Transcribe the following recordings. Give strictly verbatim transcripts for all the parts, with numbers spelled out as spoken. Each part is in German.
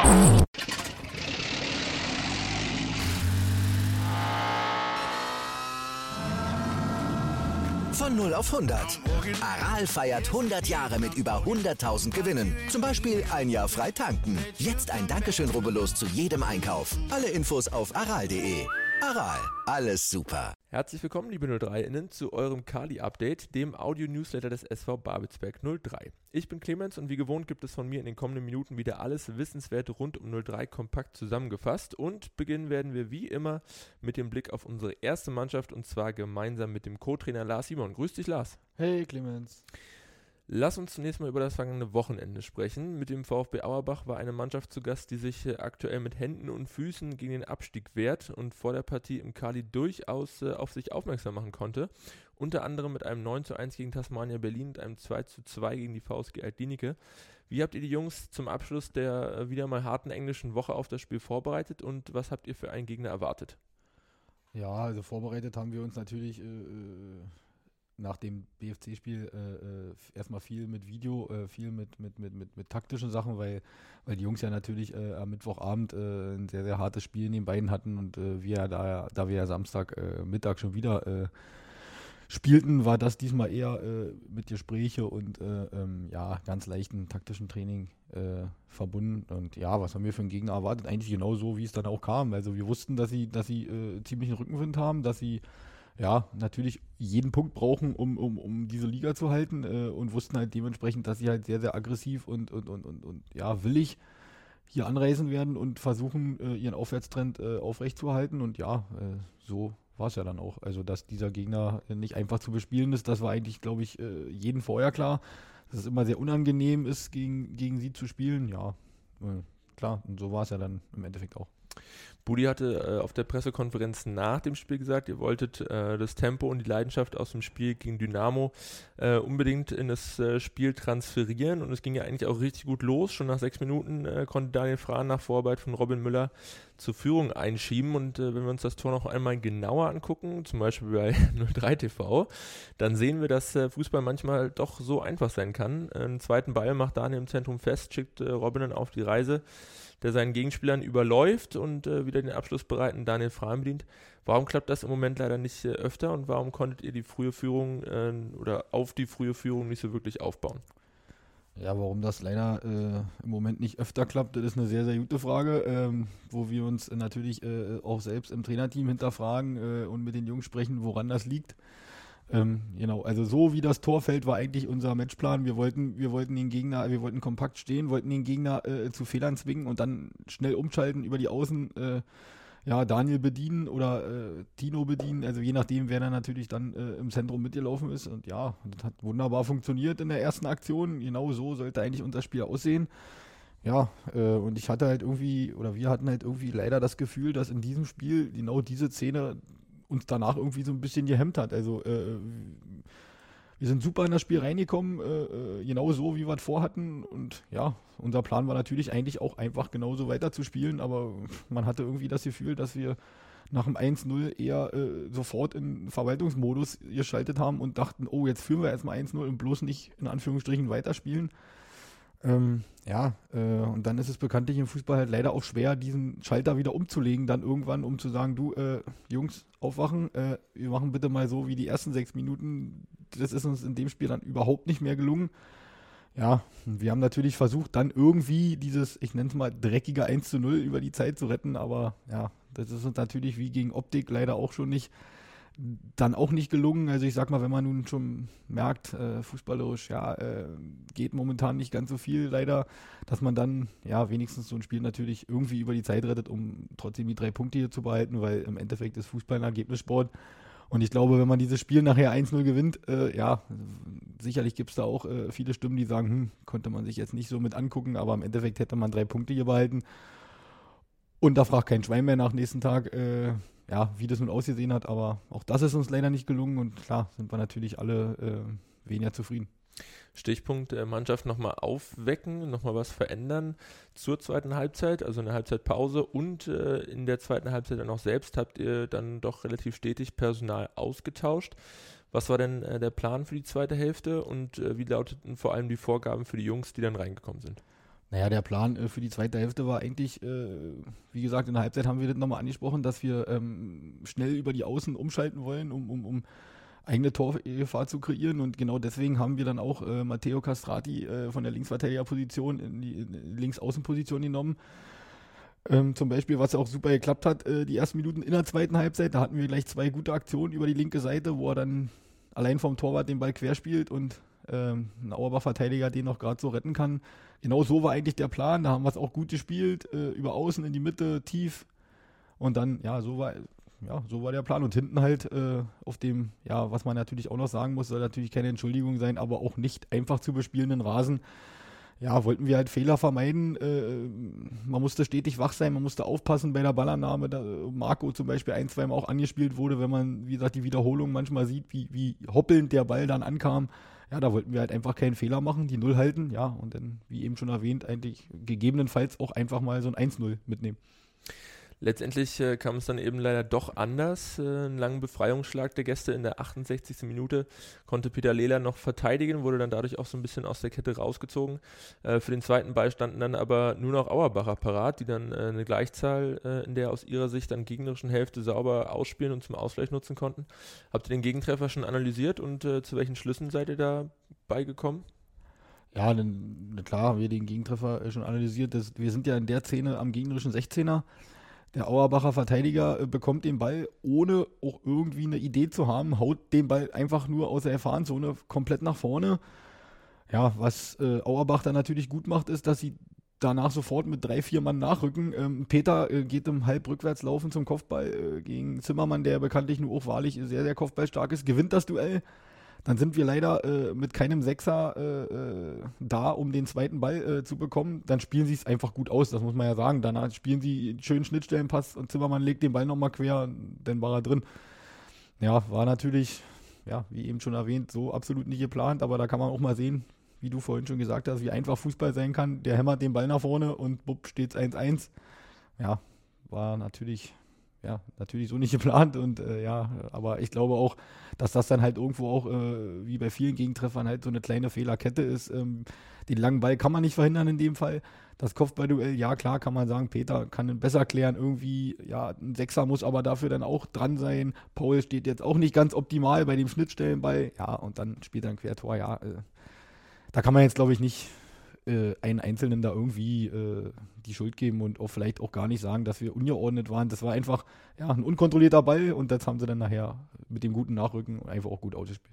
Von null auf hundert. Aral feiert hundert Jahre mit über hunderttausend Gewinnen. Zum Beispiel ein Jahr frei tanken. Jetzt ein Dankeschön, rubbellos zu jedem Einkauf. Alle Infos auf aral punkt de. Aral, alles super. Herzlich willkommen, liebe null drei-Innen, zu eurem Kali-Update, dem Audio-Newsletter des S V Babelsberg null drei. Ich bin Clemens und wie gewohnt gibt es von mir in den kommenden Minuten wieder alles Wissenswerte rund um null drei kompakt zusammengefasst. Und beginnen werden wir wie immer mit dem Blick auf unsere erste Mannschaft und zwar gemeinsam mit dem Co-Trainer Lars Simon. Grüß dich, Lars. Hey, Clemens. Lass uns zunächst mal über das vergangene Wochenende sprechen. Mit dem VfB Auerbach war eine Mannschaft zu Gast, die sich äh, aktuell mit Händen und Füßen gegen den Abstieg wehrt und vor der Partie im Kali durchaus äh, auf sich aufmerksam machen konnte. Unter anderem mit einem neun zu eins gegen Tasmania Berlin und einem zwei zu zwei gegen die V S G Alt-Dienicke. Wie habt ihr die Jungs zum Abschluss der äh, wieder mal harten englischen Woche auf das Spiel vorbereitet und was habt ihr für einen Gegner erwartet? Ja, also vorbereitet haben wir uns natürlich äh, nach dem B F C-Spiel äh, erstmal viel mit Video, äh, viel mit, mit, mit, mit, mit taktischen Sachen, weil, weil die Jungs ja natürlich äh, am Mittwochabend äh, ein sehr, sehr hartes Spiel in den Beinen hatten und äh, wir da, da wir ja Samstag äh, Mittag schon wieder äh, spielten, war das diesmal eher äh, mit Gespräche und äh, ähm, ja, ganz leichten taktischen Training äh, verbunden. Und ja, was haben wir für einen Gegner erwartet? Eigentlich genau so, wie es dann auch kam. Also wir wussten, dass sie, dass sie äh, ziemlichen Rückenwind haben, dass sie ja, natürlich jeden Punkt brauchen, um, um, um diese Liga zu halten äh, und wussten halt dementsprechend, dass sie halt sehr, sehr aggressiv und, und, und, und, und ja, willig hier anreisen werden und versuchen, äh, ihren Aufwärtstrend äh, aufrechtzuerhalten. Und ja, äh, so war es ja dann auch. Also, dass dieser Gegner äh, nicht einfach zu bespielen ist, das war eigentlich, glaube ich, äh, jedem vorher klar. Dass es immer sehr unangenehm ist, gegen, gegen sie zu spielen. Ja, äh, klar. Und so war es ja dann im Endeffekt auch. Budi hatte äh, auf der Pressekonferenz nach dem Spiel gesagt, ihr wolltet äh, das Tempo und die Leidenschaft aus dem Spiel gegen Dynamo äh, unbedingt in das äh, Spiel transferieren und es ging ja eigentlich auch richtig gut los. Schon nach sechs Minuten äh, konnte Daniel Frahn nach Vorarbeit von Robin Müller zur Führung einschieben und äh, wenn wir uns das Tor noch einmal genauer angucken, zum Beispiel bei null drei T V, dann sehen wir, dass äh, Fußball manchmal doch so einfach sein kann. Einen zweiten Ball macht Daniel im Zentrum fest, schickt äh, Robin dann auf die Reise, der seinen Gegenspielern überläuft und äh, wieder den abschlussbereiten Daniel Frahn bedient. Warum klappt das im Moment leider nicht äh, öfter und warum konntet ihr die frühe Führung äh, oder auf die frühe Führung nicht so wirklich aufbauen? Ja, warum das leider äh, im Moment nicht öfter klappt, das ist eine sehr, sehr gute Frage, ähm, wo wir uns natürlich äh, auch selbst im Trainerteam hinterfragen äh, und mit den Jungs sprechen, woran das liegt. Ähm, genau, also so wie das Tor fällt, war eigentlich unser Matchplan. Wir wollten, wir wollten den Gegner, wir wollten kompakt stehen, wollten den Gegner äh, zu Fehlern zwingen und dann schnell umschalten über die Außen, äh, ja, Daniel bedienen oder äh, Tino bedienen, also je nachdem, wer dann natürlich dann äh, im Zentrum mitgelaufen ist. Und ja, das hat wunderbar funktioniert in der ersten Aktion. Genau so sollte eigentlich unser Spiel aussehen. Ja, äh, und ich hatte halt irgendwie, oder wir hatten halt irgendwie leider das Gefühl, dass in diesem Spiel genau diese Szene uns danach irgendwie so ein bisschen gehemmt hat. Also äh, wir sind super in das Spiel reingekommen, äh, genau so, wie wir es vorhatten. Und ja, unser Plan war natürlich eigentlich auch einfach genauso weiterzuspielen, aber man hatte irgendwie das Gefühl, dass wir nach dem eins null eher äh, sofort in Verwaltungsmodus geschaltet haben und dachten, oh, jetzt führen wir erstmal eins null und bloß nicht in Anführungsstrichen weiterspielen. Ähm, ja, äh, und dann ist es bekanntlich im Fußball halt leider auch schwer, diesen Schalter wieder umzulegen, dann irgendwann, um zu sagen, du, äh, Jungs, aufwachen, äh, wir machen bitte mal so wie die ersten sechs Minuten, das ist uns in dem Spiel dann überhaupt nicht mehr gelungen. Ja, wir haben natürlich versucht, dann irgendwie dieses, ich nenne es mal, dreckige eins zu null über die Zeit zu retten, aber ja, das ist uns natürlich wie gegen Optik leider auch schon nicht dann auch nicht gelungen. Also ich sag mal, wenn man nun schon merkt, äh, fußballerisch, ja, äh, geht momentan nicht ganz so viel leider, dass man dann ja wenigstens so ein Spiel natürlich irgendwie über die Zeit rettet, um trotzdem die drei Punkte hier zu behalten, weil im Endeffekt ist Fußball ein Ergebnissport. Und ich glaube, wenn man dieses Spiel nachher eins null gewinnt, äh, ja, sicherlich gibt es da auch äh, viele Stimmen, die sagen, hm, konnte man sich jetzt nicht so mit angucken, aber im Endeffekt hätte man drei Punkte hier behalten. Und da fragt kein Schwein mehr nach nächsten Tag, äh, ja, wie das nun ausgesehen hat, aber auch das ist uns leider nicht gelungen und klar sind wir natürlich alle äh, weniger zufrieden. Stichpunkt äh, Mannschaft nochmal aufwecken, nochmal was verändern zur zweiten Halbzeit, also eine Halbzeitpause und äh, in der zweiten Halbzeit dann auch selbst habt ihr dann doch relativ stetig Personal ausgetauscht. Was war denn äh, der Plan für die zweite Hälfte und äh, wie lauteten vor allem die Vorgaben für die Jungs, die dann reingekommen sind? Naja, der Plan äh, für die zweite Hälfte war eigentlich, äh, wie gesagt, in der Halbzeit haben wir das nochmal angesprochen, dass wir ähm, schnell über die Außen umschalten wollen, um, um, um eigene Torgefahr zu kreieren, und genau deswegen haben wir dann auch äh, Matteo Castrati äh, von der Linksverteidigerposition in die, in die Linksaußenposition genommen. Ähm, zum Beispiel, was auch super geklappt hat, äh, die ersten Minuten in der zweiten Halbzeit, da hatten wir gleich zwei gute Aktionen über die linke Seite, wo er dann allein vom Torwart den Ball querspielt und ähm, ein Auerbach-Verteidiger den noch gerade so retten kann. Genau so war eigentlich der Plan, da haben wir es auch gut gespielt, äh, über außen in die Mitte, tief, und dann, ja, so war, ja, so war der Plan, und hinten halt äh, auf dem, ja, was man natürlich auch noch sagen muss, soll natürlich keine Entschuldigung sein, aber auch nicht einfach zu bespielenden Rasen, ja, wollten wir halt Fehler vermeiden. Äh, man musste stetig wach sein, man musste aufpassen bei der Ballannahme. Da Marco zum Beispiel ein, zwei Mal auch angespielt wurde, wenn man, wie gesagt, die Wiederholung manchmal sieht, wie, wie hoppelnd der Ball dann ankam. Ja, da wollten wir halt einfach keinen Fehler machen, die Null halten, ja, und dann, wie eben schon erwähnt, eigentlich gegebenenfalls auch einfach mal so ein eins null mitnehmen. Letztendlich äh, kam es dann eben leider doch anders. Äh, einen langen Befreiungsschlag der Gäste in der achtundsechzigsten Minute konnte Peter Lehler noch verteidigen, wurde dann dadurch auch so ein bisschen aus der Kette rausgezogen. Äh, für den zweiten Ball standen dann aber nur noch Auerbacher parat, die dann äh, eine Gleichzahl äh, in der aus ihrer Sicht dann gegnerischen Hälfte sauber ausspielen und zum Ausgleich nutzen konnten. Habt ihr den Gegentreffer schon analysiert und äh, zu welchen Schlüssen seid ihr da beigekommen? Ja, dann, klar haben wir den Gegentreffer äh, schon analysiert. Das, wir sind ja in der Szene am gegnerischen sechzehner. Der Auerbacher Verteidiger äh, bekommt den Ball, ohne auch irgendwie eine Idee zu haben, haut den Ball einfach nur aus der Gefahrenzone komplett nach vorne. Ja, was äh, Auerbach dann natürlich gut macht, ist, dass sie danach sofort mit drei, vier Mann nachrücken. Ähm, Peter äh, geht im Halbrückwärtslaufen zum Kopfball äh, gegen Zimmermann, der bekanntlich nur auch wahrlich sehr, sehr kopfballstark ist, gewinnt das Duell. Dann sind wir leider äh, mit keinem Sechser äh, äh, da, um den zweiten Ball äh, zu bekommen. Dann spielen sie es einfach gut aus, das muss man ja sagen. Danach spielen sie einen schönen Schnittstellenpass und Zimmermann legt den Ball nochmal quer, dann war er drin. Ja, war natürlich, ja, wie eben schon erwähnt, so absolut nicht geplant, aber da kann man auch mal sehen, wie du vorhin schon gesagt hast, wie einfach Fußball sein kann. Der hämmert den Ball nach vorne und bupp, steht es eins eins. Ja, war natürlich... Ja, natürlich so nicht geplant, und äh, ja, aber ich glaube auch, dass das dann halt irgendwo auch, äh, wie bei vielen Gegentreffern, halt so eine kleine Fehlerkette ist. Ähm, den langen Ball kann man nicht verhindern in dem Fall. Das Kopfballduell, ja klar, kann man sagen, Peter kann ihn besser klären, irgendwie, ja, ein Sechser muss aber dafür dann auch dran sein. Paul steht jetzt auch nicht ganz optimal bei dem Schnittstellenball, ja, und dann spielt er ein Quertor, ja, äh, da kann man jetzt, glaube ich, nicht einen Einzelnen da irgendwie äh, die Schuld geben und auch vielleicht auch gar nicht sagen, dass wir ungeordnet waren. Das war einfach, ja, ein unkontrollierter Ball, und das haben sie dann nachher mit dem guten Nachrücken einfach auch gut ausgespielt.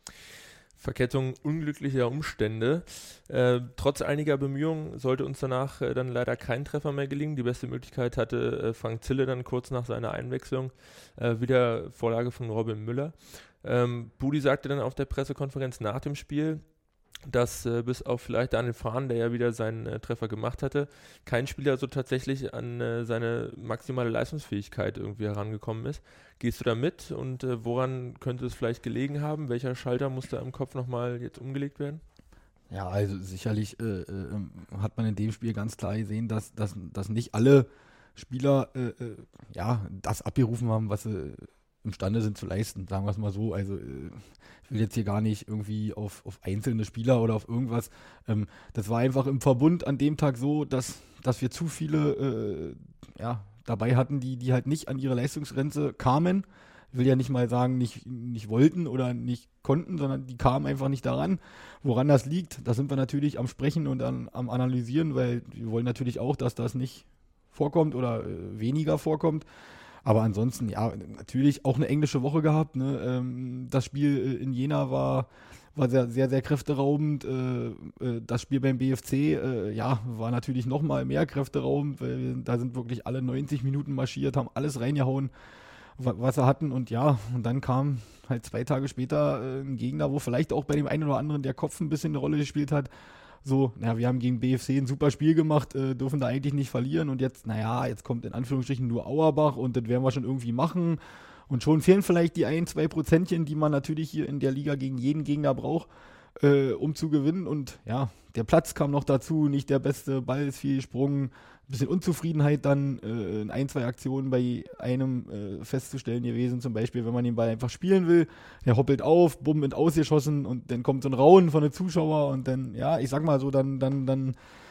Verkettung unglücklicher Umstände. Äh, trotz einiger Bemühungen sollte uns danach äh, dann leider kein Treffer mehr gelingen. Die beste Möglichkeit hatte äh, Frank Zille dann kurz nach seiner Einwechslung, äh, wieder Vorlage von Robin Müller. Ähm, Budi sagte dann auf der Pressekonferenz nach dem Spiel, dass äh, bis auf vielleicht Daniel Fahn, der ja wieder seinen äh, Treffer gemacht hatte, kein Spieler so tatsächlich an äh, seine maximale Leistungsfähigkeit irgendwie herangekommen ist. Gehst du da mit, und äh, woran könnte es vielleicht gelegen haben? Welcher Schalter muss da im Kopf nochmal jetzt umgelegt werden? Ja, also sicherlich äh, äh, hat man in dem Spiel ganz klar gesehen, dass, dass, dass nicht alle Spieler äh, äh, ja, das abgerufen haben, was sie imstande sind zu leisten, sagen wir es mal so. Also ich will jetzt hier gar nicht irgendwie auf, auf einzelne Spieler oder auf irgendwas. Ähm, das war einfach im Verbund an dem Tag so, dass, dass wir zu viele äh, ja, dabei hatten, die, die halt nicht an ihre Leistungsgrenze kamen. Ich will ja nicht mal sagen, nicht, nicht wollten oder nicht konnten, sondern die kamen einfach nicht daran. Woran das liegt, da sind wir natürlich am Sprechen und an, am Analysieren, weil wir wollen natürlich auch, dass das nicht vorkommt oder äh, weniger vorkommt. Aber ansonsten, ja, natürlich auch eine englische Woche gehabt. Ne? Ähm, das Spiel in Jena war, war sehr, sehr, sehr kräfteraubend. Äh, äh, das Spiel beim B F C, äh, ja, war natürlich noch mal mehr kräfteraubend, weil wir, da sind wirklich alle neunzig Minuten marschiert, haben alles reingehauen, wa- was sie hatten. Und ja, und dann kam halt zwei Tage später äh, ein Gegner, wo vielleicht auch bei dem einen oder anderen der Kopf ein bisschen eine Rolle gespielt hat. So, naja, wir haben gegen B F C ein super Spiel gemacht, äh, dürfen da eigentlich nicht verlieren, und jetzt, naja, jetzt kommt in Anführungsstrichen nur Auerbach, und das werden wir schon irgendwie machen, und schon fehlen vielleicht die ein, zwei Prozentchen, die man natürlich hier in der Liga gegen jeden Gegner braucht, äh, um zu gewinnen, und ja, der Platz kam noch dazu, nicht der beste, Ball ist viel gesprungen, ein bisschen Unzufriedenheit dann äh, in ein, zwei Aktionen bei einem äh, festzustellen gewesen, zum Beispiel, wenn man den Ball einfach spielen will, der hoppelt auf, bumm, ins Ausgeschossen, und dann kommt so ein Raunen von den Zuschauern, und dann, ja, ich sag mal so, dann, dann, dann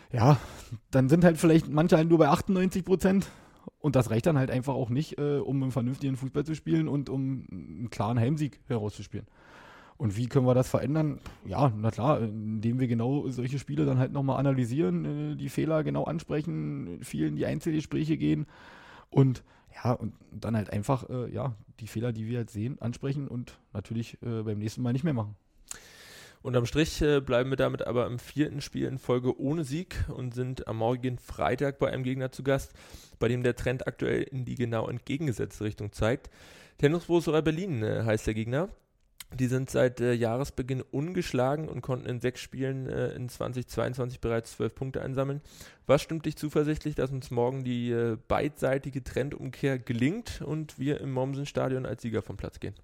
ja, dann sind halt vielleicht manche halt nur bei achtundneunzig Prozent und das reicht dann halt einfach auch nicht, äh, um einen vernünftigen Fußball zu spielen und um einen klaren Heimsieg herauszuspielen. Und wie können wir das verändern? Ja, na klar, indem wir genau solche Spiele dann halt nochmal analysieren, äh, die Fehler genau ansprechen, viel in die Einzelgespräche gehen und ja, und dann halt einfach äh, ja, die Fehler, die wir jetzt sehen, ansprechen und natürlich äh, beim nächsten Mal nicht mehr machen. Unterm Strich äh, bleiben wir damit aber im vierten Spiel in Folge ohne Sieg und sind am morgigen Freitag bei einem Gegner zu Gast, bei dem der Trend aktuell in die genau entgegengesetzte Richtung zeigt. Tennis Borussia Berlin äh, heißt der Gegner. Die sind seit äh, Jahresbeginn ungeschlagen und konnten in sechs Spielen äh, in zweitausendzweiundzwanzig bereits zwölf Punkte einsammeln. Was stimmt dich zuversichtlich, dass uns morgen die äh, beidseitige Trendumkehr gelingt und wir im Mommsen-Stadion als Sieger vom Platz gehen?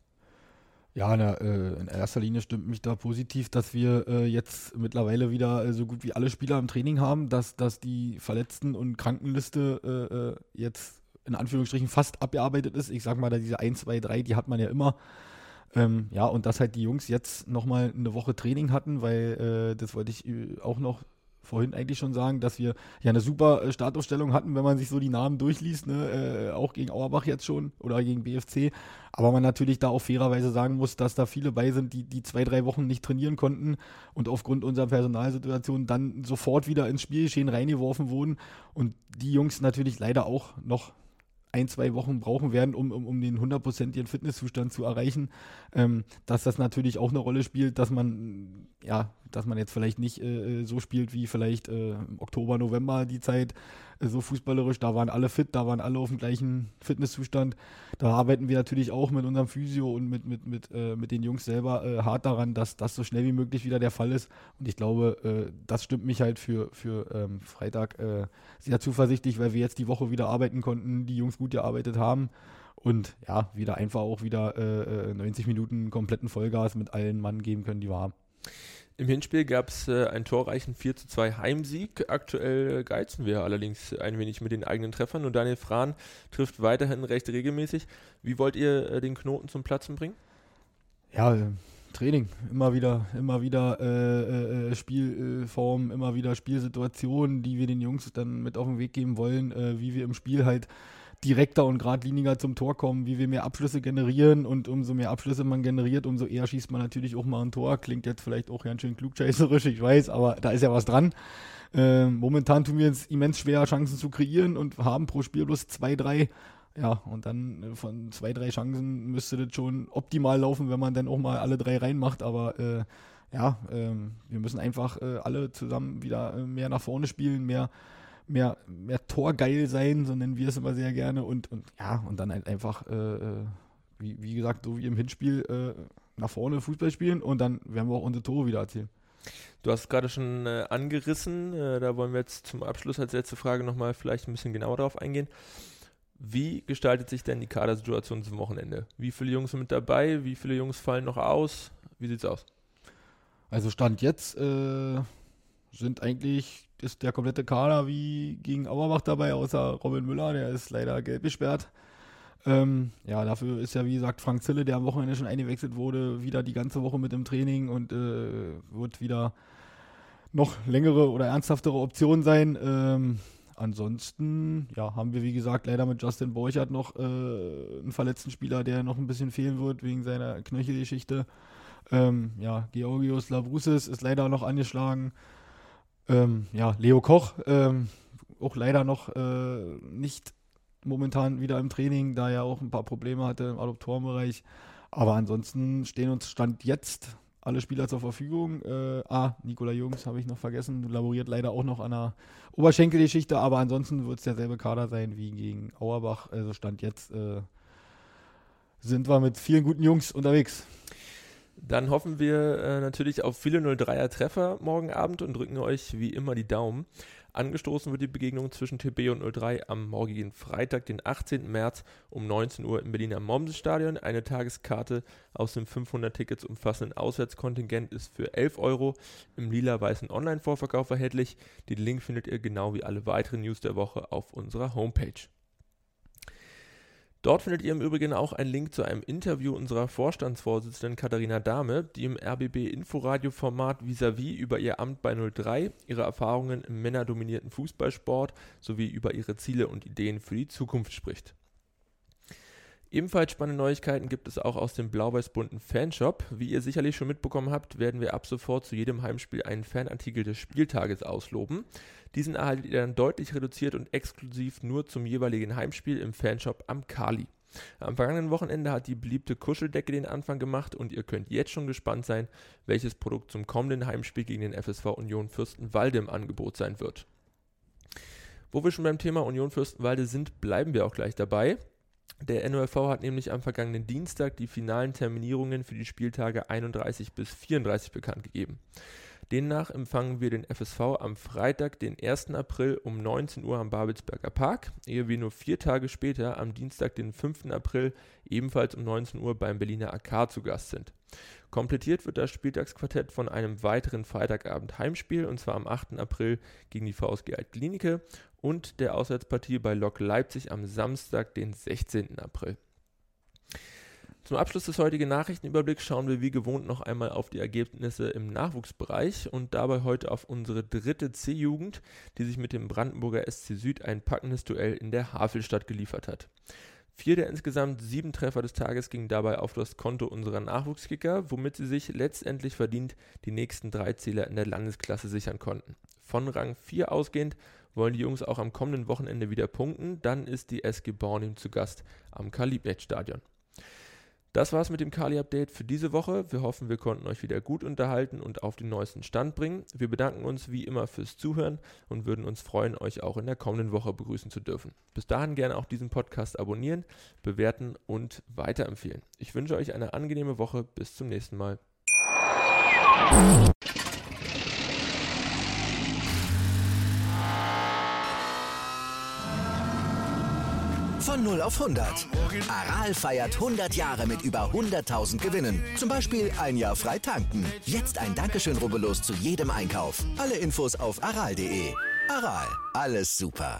Ja, na, äh, in erster Linie stimmt mich da positiv, dass wir äh, jetzt mittlerweile wieder äh, so gut wie alle Spieler im Training haben, dass, dass die Verletzten- und Krankenliste äh, jetzt in Anführungsstrichen fast abgearbeitet ist. Ich sag mal, da diese eins, zwei, drei, die hat man ja immer. Ähm, ja, und dass halt die Jungs jetzt nochmal eine Woche Training hatten, weil äh, das wollte ich äh, auch noch vorhin eigentlich schon sagen, dass wir ja eine super äh, Startaufstellung hatten, wenn man sich so die Namen durchliest, ne? äh, auch gegen Auerbach jetzt schon oder gegen B F C, aber man natürlich da auch fairerweise sagen muss, dass da viele bei sind, die die zwei, drei Wochen nicht trainieren konnten und aufgrund unserer Personalsituation dann sofort wieder ins Spielgeschehen reingeworfen wurden und die Jungs natürlich leider auch noch ein, zwei Wochen brauchen werden, um, um, um den hundertprozentigen Fitnesszustand zu erreichen, ähm, dass das natürlich auch eine Rolle spielt, dass man, ja, dass man jetzt vielleicht nicht äh, so spielt wie vielleicht äh, im Oktober, November die Zeit, äh, so fußballerisch, da waren alle fit, da waren alle auf dem gleichen Fitnesszustand. Da arbeiten wir natürlich auch mit unserem Physio und mit, mit, mit, äh, mit den Jungs selber äh, hart daran, dass das so schnell wie möglich wieder der Fall ist. Und ich glaube, äh, das stimmt mich halt für, für ähm, Freitag äh, sehr zuversichtlich, weil wir jetzt die Woche wieder arbeiten konnten, die Jungs gut gearbeitet haben und ja, wieder einfach auch wieder äh, neunzig Minuten kompletten Vollgas mit allen Mann geben können, die wir haben. Im Hinspiel gab es äh, einen torreichen vier zu zwei Heimsieg. Aktuell äh, geizen wir allerdings ein wenig mit den eigenen Treffern und Daniel Frahn trifft weiterhin recht regelmäßig. Wie wollt ihr äh, den Knoten zum Platzen bringen? Ja, Training, immer wieder, immer wieder äh, äh, Spielformen, immer wieder Spielsituationen, die wir den Jungs dann mit auf den Weg geben wollen, äh, wie wir im Spiel halt direkter und geradliniger zum Tor kommen, wie wir mehr Abschlüsse generieren und umso mehr Abschlüsse man generiert, umso eher schießt man natürlich auch mal ein Tor. Klingt jetzt vielleicht auch ganz schön klugscheißerisch, ich weiß, aber da ist ja was dran. Äh, momentan tun wir es immens schwer, Chancen zu kreieren und haben pro Spiel bloß zwei, drei. Ja, und dann von zwei, drei Chancen müsste das schon optimal laufen, wenn man dann auch mal alle drei reinmacht, aber äh, ja, äh, wir müssen einfach äh, alle zusammen wieder äh, mehr nach vorne spielen, mehr Mehr, mehr torgeil sein, so nennen wir es immer sehr gerne und, und ja, und dann halt einfach, äh, wie, wie gesagt, so wie im Hinspiel äh, nach vorne Fußball spielen und dann werden wir auch unsere Tore wieder erzielen. Du hast es gerade schon äh, angerissen, äh, da wollen wir jetzt zum Abschluss als letzte Frage nochmal vielleicht ein bisschen genauer darauf eingehen. Wie gestaltet sich denn die Kadersituation zum Wochenende? Wie viele Jungs sind mit dabei? Wie viele Jungs fallen noch aus? Wie sieht's aus? Also Stand jetzt äh, sind eigentlich ist der komplette Kader wie gegen Auerbach dabei, außer Robin Müller, der ist leider gelb gesperrt. Ähm, ja, dafür ist ja wie gesagt Frank Zille, der am Wochenende schon eingewechselt wurde, wieder die ganze Woche mit im Training und äh, wird wieder noch längere oder ernsthaftere Option sein. Ähm, ansonsten ja, haben wir wie gesagt leider mit Justin Borchert noch äh, einen verletzten Spieler, der noch ein bisschen fehlen wird wegen seiner Knöchelgeschichte. Ähm, ja, Georgios Lavrousis ist leider noch angeschlagen. Ähm, ja, Leo Koch, ähm, auch leider noch äh, nicht momentan wieder im Training, da er auch ein paar Probleme hatte im Adoptorenbereich. Aber ansonsten stehen uns Stand jetzt alle Spieler zur Verfügung. Äh, ah, Nikola Jungs habe ich noch vergessen, laboriert leider auch noch an einer Oberschenkelgeschichte, aber ansonsten wird es derselbe Kader sein wie gegen Auerbach. Also Stand jetzt äh, sind wir mit vielen guten Jungs unterwegs. Dann hoffen wir äh, natürlich auf viele null dreier Treffer morgen Abend und drücken euch wie immer die Daumen. Angestoßen wird die Begegnung zwischen T B und null drei am morgigen Freitag, den achtzehnten März um neunzehn Uhr im Berliner Mommsen-Stadion. Eine Tageskarte aus dem fünfhundert Tickets umfassenden Auswärtskontingent ist für elf Euro im lila-weißen Online-Vorverkauf erhältlich. Den Link findet ihr genau wie alle weiteren News der Woche auf unserer Homepage. Dort findet ihr im Übrigen auch einen Link zu einem Interview unserer Vorstandsvorsitzenden Katharina Dahme, die im R B B-Inforadio-Format Vis-à-vis über ihr Amt bei null drei, ihre Erfahrungen im männerdominierten Fußballsport sowie über ihre Ziele und Ideen für die Zukunft spricht. Ebenfalls spannende Neuigkeiten gibt es auch aus dem blau-weiß-bunten Fanshop. Wie ihr sicherlich schon mitbekommen habt, werden wir ab sofort zu jedem Heimspiel einen Fanartikel des Spieltages ausloben. Diesen erhaltet ihr dann deutlich reduziert und exklusiv nur zum jeweiligen Heimspiel im Fanshop am Kali. Am vergangenen Wochenende hat die beliebte Kuscheldecke den Anfang gemacht und ihr könnt jetzt schon gespannt sein, welches Produkt zum kommenden Heimspiel gegen den F S V Union Fürstenwalde im Angebot sein wird. Wo wir schon beim Thema Union Fürstenwalde sind, bleiben wir auch gleich dabei. Der N O F V hat nämlich am vergangenen Dienstag die finalen Terminierungen für die Spieltage einunddreißig bis vierunddreißig bekannt gegeben. Demnach empfangen wir den F S V am Freitag, den ersten April um neunzehn Uhr am Babelsberger Park, ehe wir nur vier Tage später am Dienstag, den fünften April, ebenfalls um neunzehn Uhr beim Berliner A K zu Gast sind. Komplettiert wird das Spieltagsquartett von einem weiteren Freitagabend Heimspiel, und zwar am achten April gegen die V S G Alt-Glienicke und der Auswärtspartie bei Lok Leipzig am Samstag, den sechzehnten April. Zum Abschluss des heutigen Nachrichtenüberblicks schauen wir wie gewohnt noch einmal auf die Ergebnisse im Nachwuchsbereich und dabei heute auf unsere dritte C-Jugend, die sich mit dem Brandenburger S C Süd ein packendes Duell in der Havelstadt geliefert hat. Vier der insgesamt sieben Treffer des Tages gingen dabei auf das Konto unserer Nachwuchskicker, womit sie sich letztendlich verdient die nächsten drei Zähler in der Landesklasse sichern konnten. Von Rang vier ausgehend wollen die Jungs auch am kommenden Wochenende wieder punkten, dann ist die S G Bornim zu Gast am Karl-Liebknecht-Stadion. Das war's mit dem Kali-Update für diese Woche. Wir hoffen, wir konnten euch wieder gut unterhalten und auf den neuesten Stand bringen. Wir bedanken uns wie immer fürs Zuhören und würden uns freuen, euch auch in der kommenden Woche begrüßen zu dürfen. Bis dahin gerne auch diesen Podcast abonnieren, bewerten und weiterempfehlen. Ich wünsche euch eine angenehme Woche. Bis zum nächsten Mal. Von null auf hundert. Aral feiert hundert Jahre mit über hunderttausend Gewinnen. Zum Beispiel ein Jahr frei tanken. Jetzt ein Dankeschön, rubbellos zu jedem Einkauf. Alle Infos auf aral punkt de. Aral, alles super.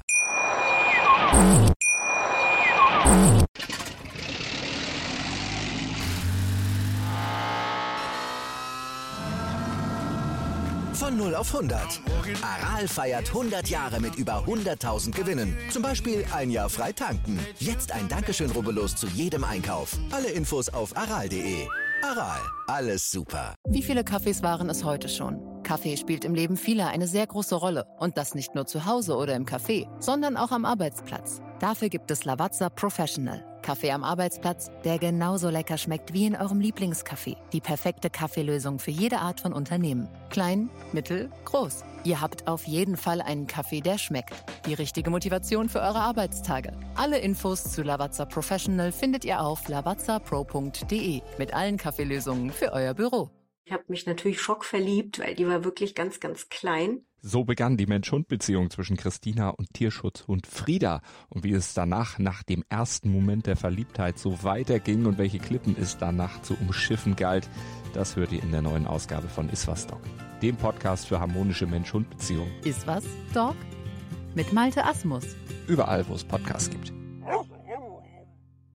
Von null auf hundert. Aral feiert hundert Jahre mit über hunderttausend Gewinnen. Zum Beispiel ein Jahr frei tanken. Jetzt ein Dankeschön, rubbellos zu jedem Einkauf. Alle Infos auf aral punkt de. Aral, alles super. Wie viele Kaffees waren es heute schon? Kaffee spielt im Leben vieler eine sehr große Rolle. Und das nicht nur zu Hause oder im Café, sondern auch am Arbeitsplatz. Dafür gibt es Lavazza Professional. Kaffee am Arbeitsplatz, der genauso lecker schmeckt wie in eurem Lieblingscafé. Die perfekte Kaffeelösung für jede Art von Unternehmen. Klein, mittel, groß. Ihr habt auf jeden Fall einen Kaffee, der schmeckt. Die richtige Motivation für eure Arbeitstage. Alle Infos zu Lavazza Professional findet ihr auf lavazza pro punkt de mit allen Kaffeelösungen für euer Büro. Ich habe mich natürlich schockverliebt, weil die war wirklich ganz, ganz klein. So begann die Mensch-Hund-Beziehung zwischen Christina und Tierschutzhund Frieda. Und wie es danach, nach dem ersten Moment der Verliebtheit, so weiterging und welche Klippen es danach zu umschiffen galt, das hört ihr in der neuen Ausgabe von Iswas Dog, dem Podcast für harmonische Mensch-Hund-Beziehungen. Iswas Dog? Mit Malte Asmus. Überall, wo es Podcasts gibt.